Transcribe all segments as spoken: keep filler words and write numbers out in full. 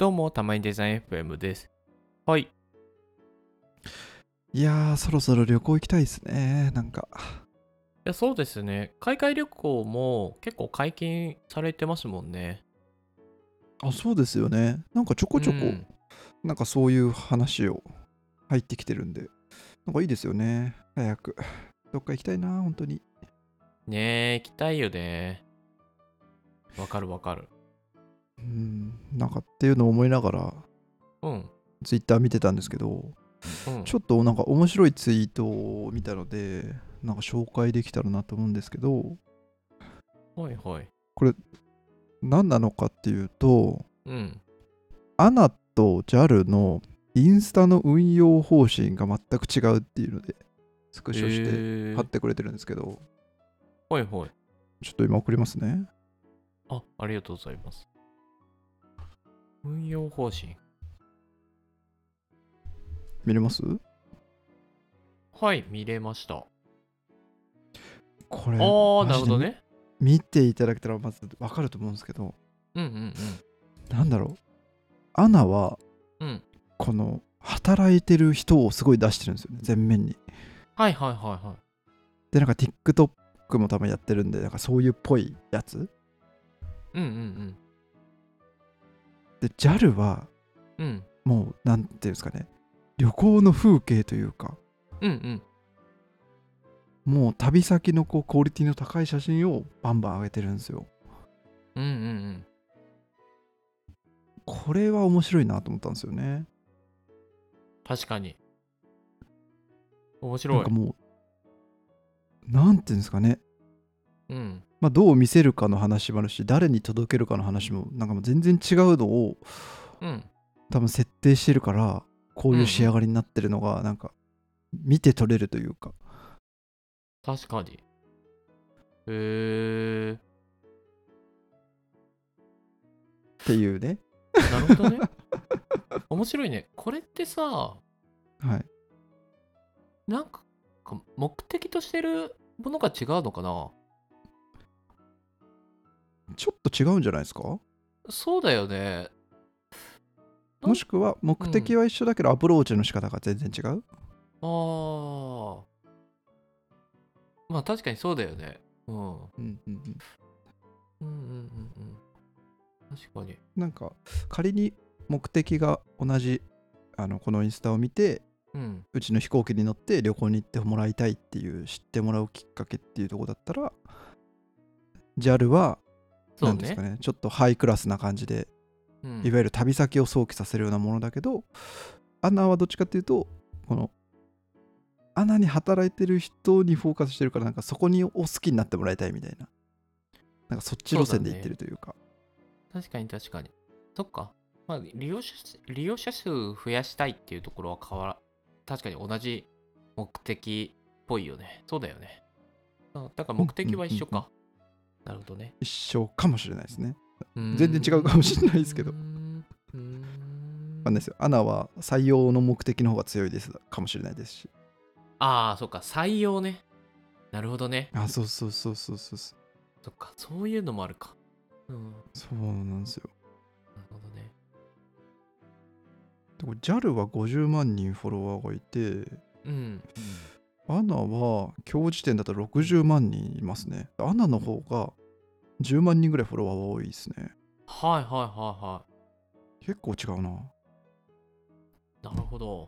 どうも、たまにデザイン エフエム です。はい。 いやー、そろそろ旅行行きたいですね。なんか。 いや、そうですね。海外旅行も結構解禁されてますもんね。 あ、そうですよね。なんかちょこちょこ、 うん。 なんかそういう話を入ってきてるんで、なんかいいですよね。早く。どっか行きたいな、本当に。 ねえ、行きたいよね。わかるわかる。 うん、なんかっていうのを思いながら、 うん。 ツイッター見てたんですけど、 うん。 ちょっとなんか面白いツイートを見たので、なんか紹介できたらなと思うんですけど、 はいはい。 これ何なのかっていうと、 うん。 アナと ジャル のインスタの運用方針が全く違うっていうので、スクショして貼っえてくれてるんですけど、 ー。はいはい。 ちょっと今送りますね。 あ、ありがとうございます。運用方針。 見れます？ はい、見れました。あこれ、 ー、 マジでみなるほどね。 見ていただけたらまずわかると思うんですけど、 うんうんなんだろう。アナは、 うん。うん。 この、働いてる人をすごい出してるんですよね、前面に。 はいはいはいはい。 で、なんか TikTok も多分やってるんで、なんかそういうっぽいやつ。 うんうんで、ジャル は、 うん。うん。 もう、なんていうんですかね、旅行の風景というか、 うんうん。 もう旅先のこうクオリティの高い写真をバンバン上げてるんですよ。 うんうんうん。 これは面白いなと思ったんですよね。 確かに。面白い。 なんかもう、なんていうんですかね。 うん。 まあ、どう見せるかの話もあるし、誰に届けるかの話も、なんかもう全然違うのをうん。 多分設定してるから、こういう仕上うんうん。 がりになってるのが、なんか見て取れるというか、 確かに。へえ。 っていうね。 なるほどね。面白いね。これってさ、 はい。 なんか目的としてるものが違うのかな。 ちょっと違うんじゃないですか？ そうだよね。なんもしくは目うん。 的は一緒だけどアプローチの仕方が全然違う。 ああ。まあ確かにそうだよね。うん。うんうんうんうん。 うんうんうん。確かに。 なんか仮に目的が同じあのこのインスタを見てうん。 うちの飛行機に乗って旅行に行ってもらいたいっていう知ってもらうきっかけっていうところだったら ジャル はそうね。 何ですかねちょっとハイクラスな感じでうん。 いわゆる旅先を想起させるようなものだけどアナはどっちかっていうとこのアナに働いてる人にフォーカスしてるからなんかそこにを好きになってもらいたいみたいななんかそっちそう路線で行ってだね。 るというか確かに確かに。そっか。まあ利用者数、利用者数増やしたいっていうところは変わら、確かに同じ目的っぽいよね。そうだよね。あだからうんう目的はんうんうん一緒か。なるほどね。 一緒かもしれないですねうー全然違うかもしれないですけどん。うーわかんないん。 ですよアナは採用の目的の方が強いですかもしれないですしああ、そっか。採用ね。なるほどね。 あそうそうそうそうそうそうそっか。そういうのもあるか。うん。なるそうなんですよほどね。 でも ジャル はごじゅうまん人フォロワーがいて、 うん。 アナは今日時点だとろくじゅうまん人いますね。アナの方がじゅうまん人ぐらいフォロワーが多いですね。 はいはいはいは結構違うな。 い。なるほど。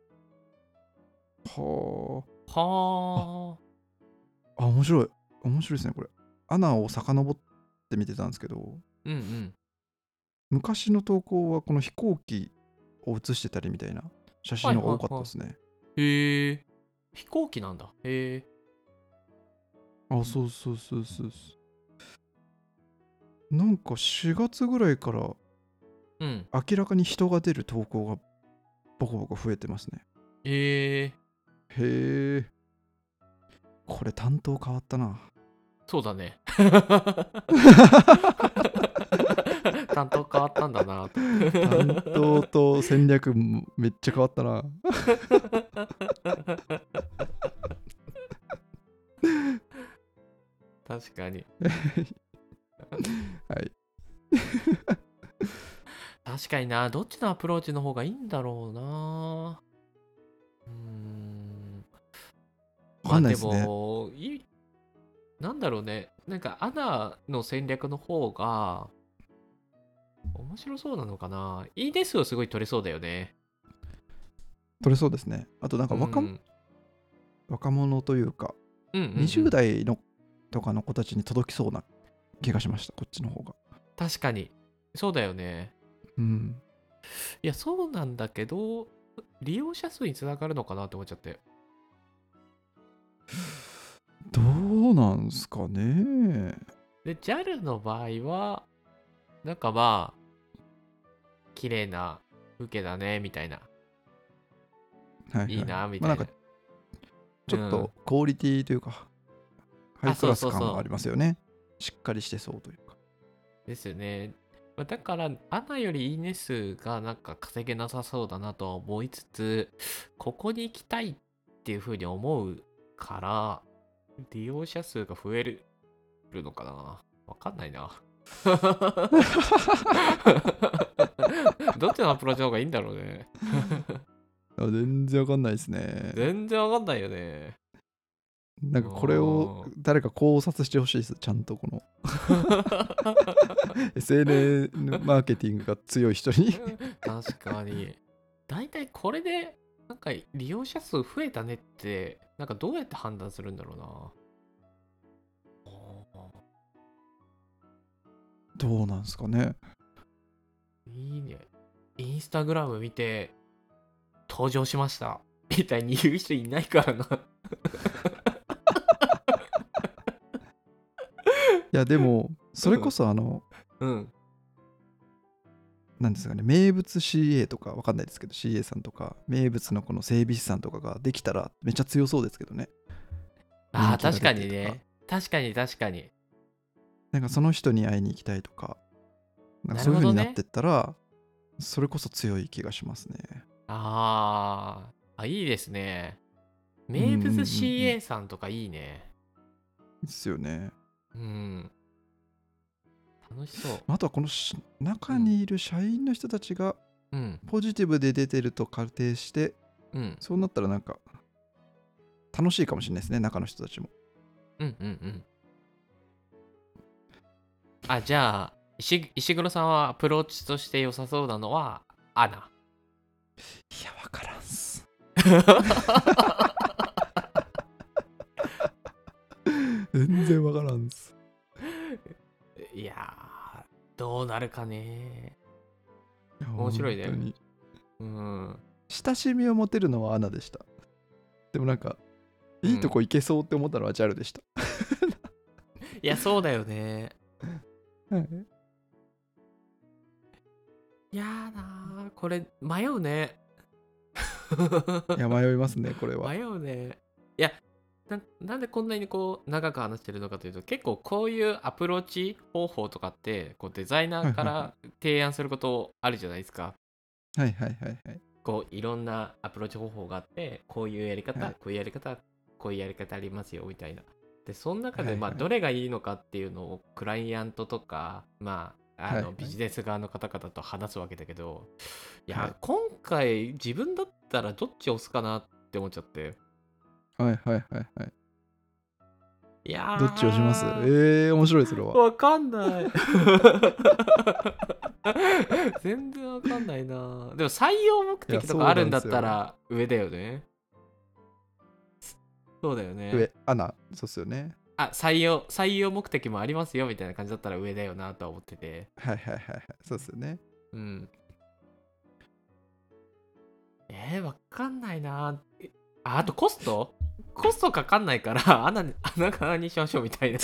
はあ。 はあ。 あ、あ、面白い。面白いですね、これ。アナを遡って見てたんですけど、 うんうん。 昔の投稿はこの飛行機を写してたりみたいな写はい真の方が多かはいはったですね。 い。へえ。飛行機なんだ。へえ。 あ、そうそうそうそうそう。なんかしがつぐらいからうん。 明らかに人が出る投稿がボコボコ増えてますね。 へえ。 へえ。これ担当変わったな。 そうだね。担当変わったんだなと。 担当と戦略めっちゃ変わったな。 確かに。 はい。 確確かにな、どっちのアプローチの方がいいんだろうな。うーん。 わかまあでんないですね。 も、いなんだろうね。なんかアナの戦略の方が面白そうなのかな。いいね数をすごい取れそうだよね。 取れそうですね。あとなんか若,、 うん。 若者というか、 うんうんうにじゅうん。 代のとかの子たちに届きそうな気がしました、こっちの方が。 確かに。そうだよね。 うん。 いや、そうなんだけど、利用者数につながるのかなって思っちゃって。 どうなんすかね。 で、ジャル の場合は、なんかまあ、綺麗な風景だね、みたいな。いいはいはい。 な、みたいな。 まあなんかちょっうん。 とクオリティというか、ハあ、そうイクラス感はあそうそりますよね。しっかりしてそうというか。 う。ですよね。まあだから、アナよりいいね数がなんか稼げなさそうだなとは思いつつ、ここに行きたいっていうふうに思うから、利用者数が増えるのかな。わかんないな。どっちのアプローチの方がいいんだろうね。 あ全然わかんないですね。 全然わかんないよね。うなんかこれをーん。 誰か考察してほしいです。ちゃんとこのエスエヌエス マーケティングが強い人に確かに。だいたいこれで、なんか利用者数増えたねって、なんかどうやって判断するんだろうな。 どうなんすかね。 いいね。インスタグラム見て登場しました。みたいに言う人いないからな。 いやでもそれこそあのうん。 なんですかね、名物 シーエー とかわかんないですけど シーエー さんとか名物のこの整備士さんとかができたらめっちゃ強そうですけどね。 ああ、 人気が確か出てとか、 にね。確かに確かに。 なんかその人に会いに行きたいとか、なんかなそういうるほどね。 風になってったらそれこそ強い気がしますね。 あーあ、いいですね。 うんうんう名物んうん。 シーエー さんとかいいね。 ですよね。 うん。楽しそあとはこのしう。うん。 中にいる社員の人たちがうん。 ポジティブで出てると仮定して、 うん。 そうなったらなんか楽しいかもしれないですね、中の人たちも。 うんうんうん。あ、じゃあ、石石黒さんはアプローチとして良さそうなのは、アナ。 いや、わからんす。全然わからんす。 いやー、どうなるかね。 いや、 面白いね。 本当に。 うん。 親しみを持てるのはアナでした。でもなんか、いいとうん。 こ行けそうって思ったのはジャルでした。 いや、そうだよね。 はい、 いやーなー、これ、迷うね。 いや、迷いますね、これは。 迷うね。いやな、なんでこんなにこう長く話してるのかというと、結構こういうアプローチ方法とかってこうデザイナはいはいはい。 ーから提案することあるじゃないですか。 はいはいはいはい。 こういろんなアプローチ方法があって、こういうやり方、 はいこういうやり方、こういうやり方ありますよみたいな。で、その中でまあはいはい。 どれがいいのかっていうのをクライアントとか、まあ、あはいはい。 のビジネス側の方々と話すわけだけど、いや、 はい今回自分だったらどっち押すかなって思っちゃって。 はいはいはいはい。 いどっちをします？ やえー、面白い、それー、 は。 わかんない。全然わかんないな。でも採用目いや、 的とかそうなんあるんだったですよ。 ら上だよね。そうだよね。 上、アナ、そうっすよね。 あ、採用、採用目的もありますよみたいな感じだったら上だよなとは思ってて。 はいはいはいはい。そうっすよね。 うん。えー、わかんないな。えあ、あとコストコストかかんないから、穴に、穴側にしましょうみたいな。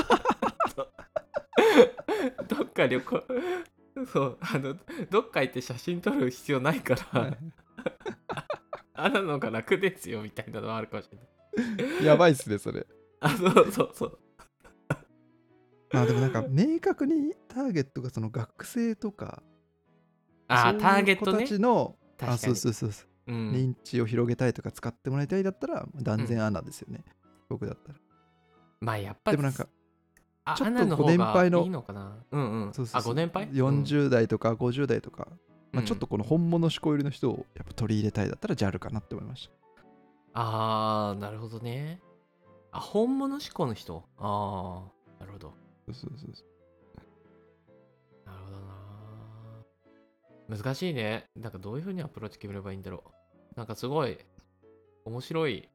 どっか旅行、そう、あの、どっか行って写真撮る必要ないかはい。 ら、穴の方が楽ですよみたいなのはあるかもしれない。 やばいっすね、それ。 あ、そうそうそう。 まあでもなんか明確にターゲットがその学生とかあ、ターそういう子たゲットね。 ちの、あ、そう確かに。 そうそうそう、 うん。 認知を広げたいとか使ってもらいたいだったらうん。 断然アナですよね。僕だったら。 まあやっぱでもなんか、 あ、 ちょっアナのとご年方がいい配の、 のかな。うんうん。あ、 そうそうそう、 ご年配うん。 よんじゅう代とかごじゅう代とか、まあ、ちょっうん。 とこの本物志向入りの人をやっぱ取り入れたいだったら ジャル かなって思いました。 あー、なるほどね。あ、本物志向の人。あー、なるほど。 そうそうそうそう。 なるほどな。難しいね。なんかどういう風にアプローチ決めればいいんだろう。なんかすごい面白い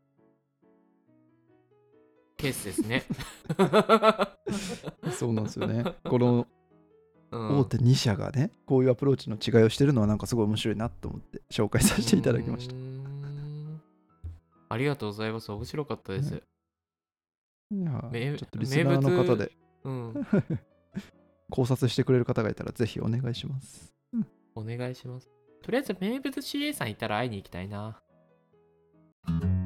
ケースですね。 そうなんですよね。このうん。 大手に社がね、こういうアプローチの違いをしてるのはなんかすごい面白いなと思って紹介させていただきました。 うーんありがとうございます。面白かったではい、 す。 いやー名ちょっとリス名ナーの方物、 でうん、 考察してくれる方がいたらぜひお願いします。 お願いします。とりあえず名物 シーエー さんいたら会いに行きたいな。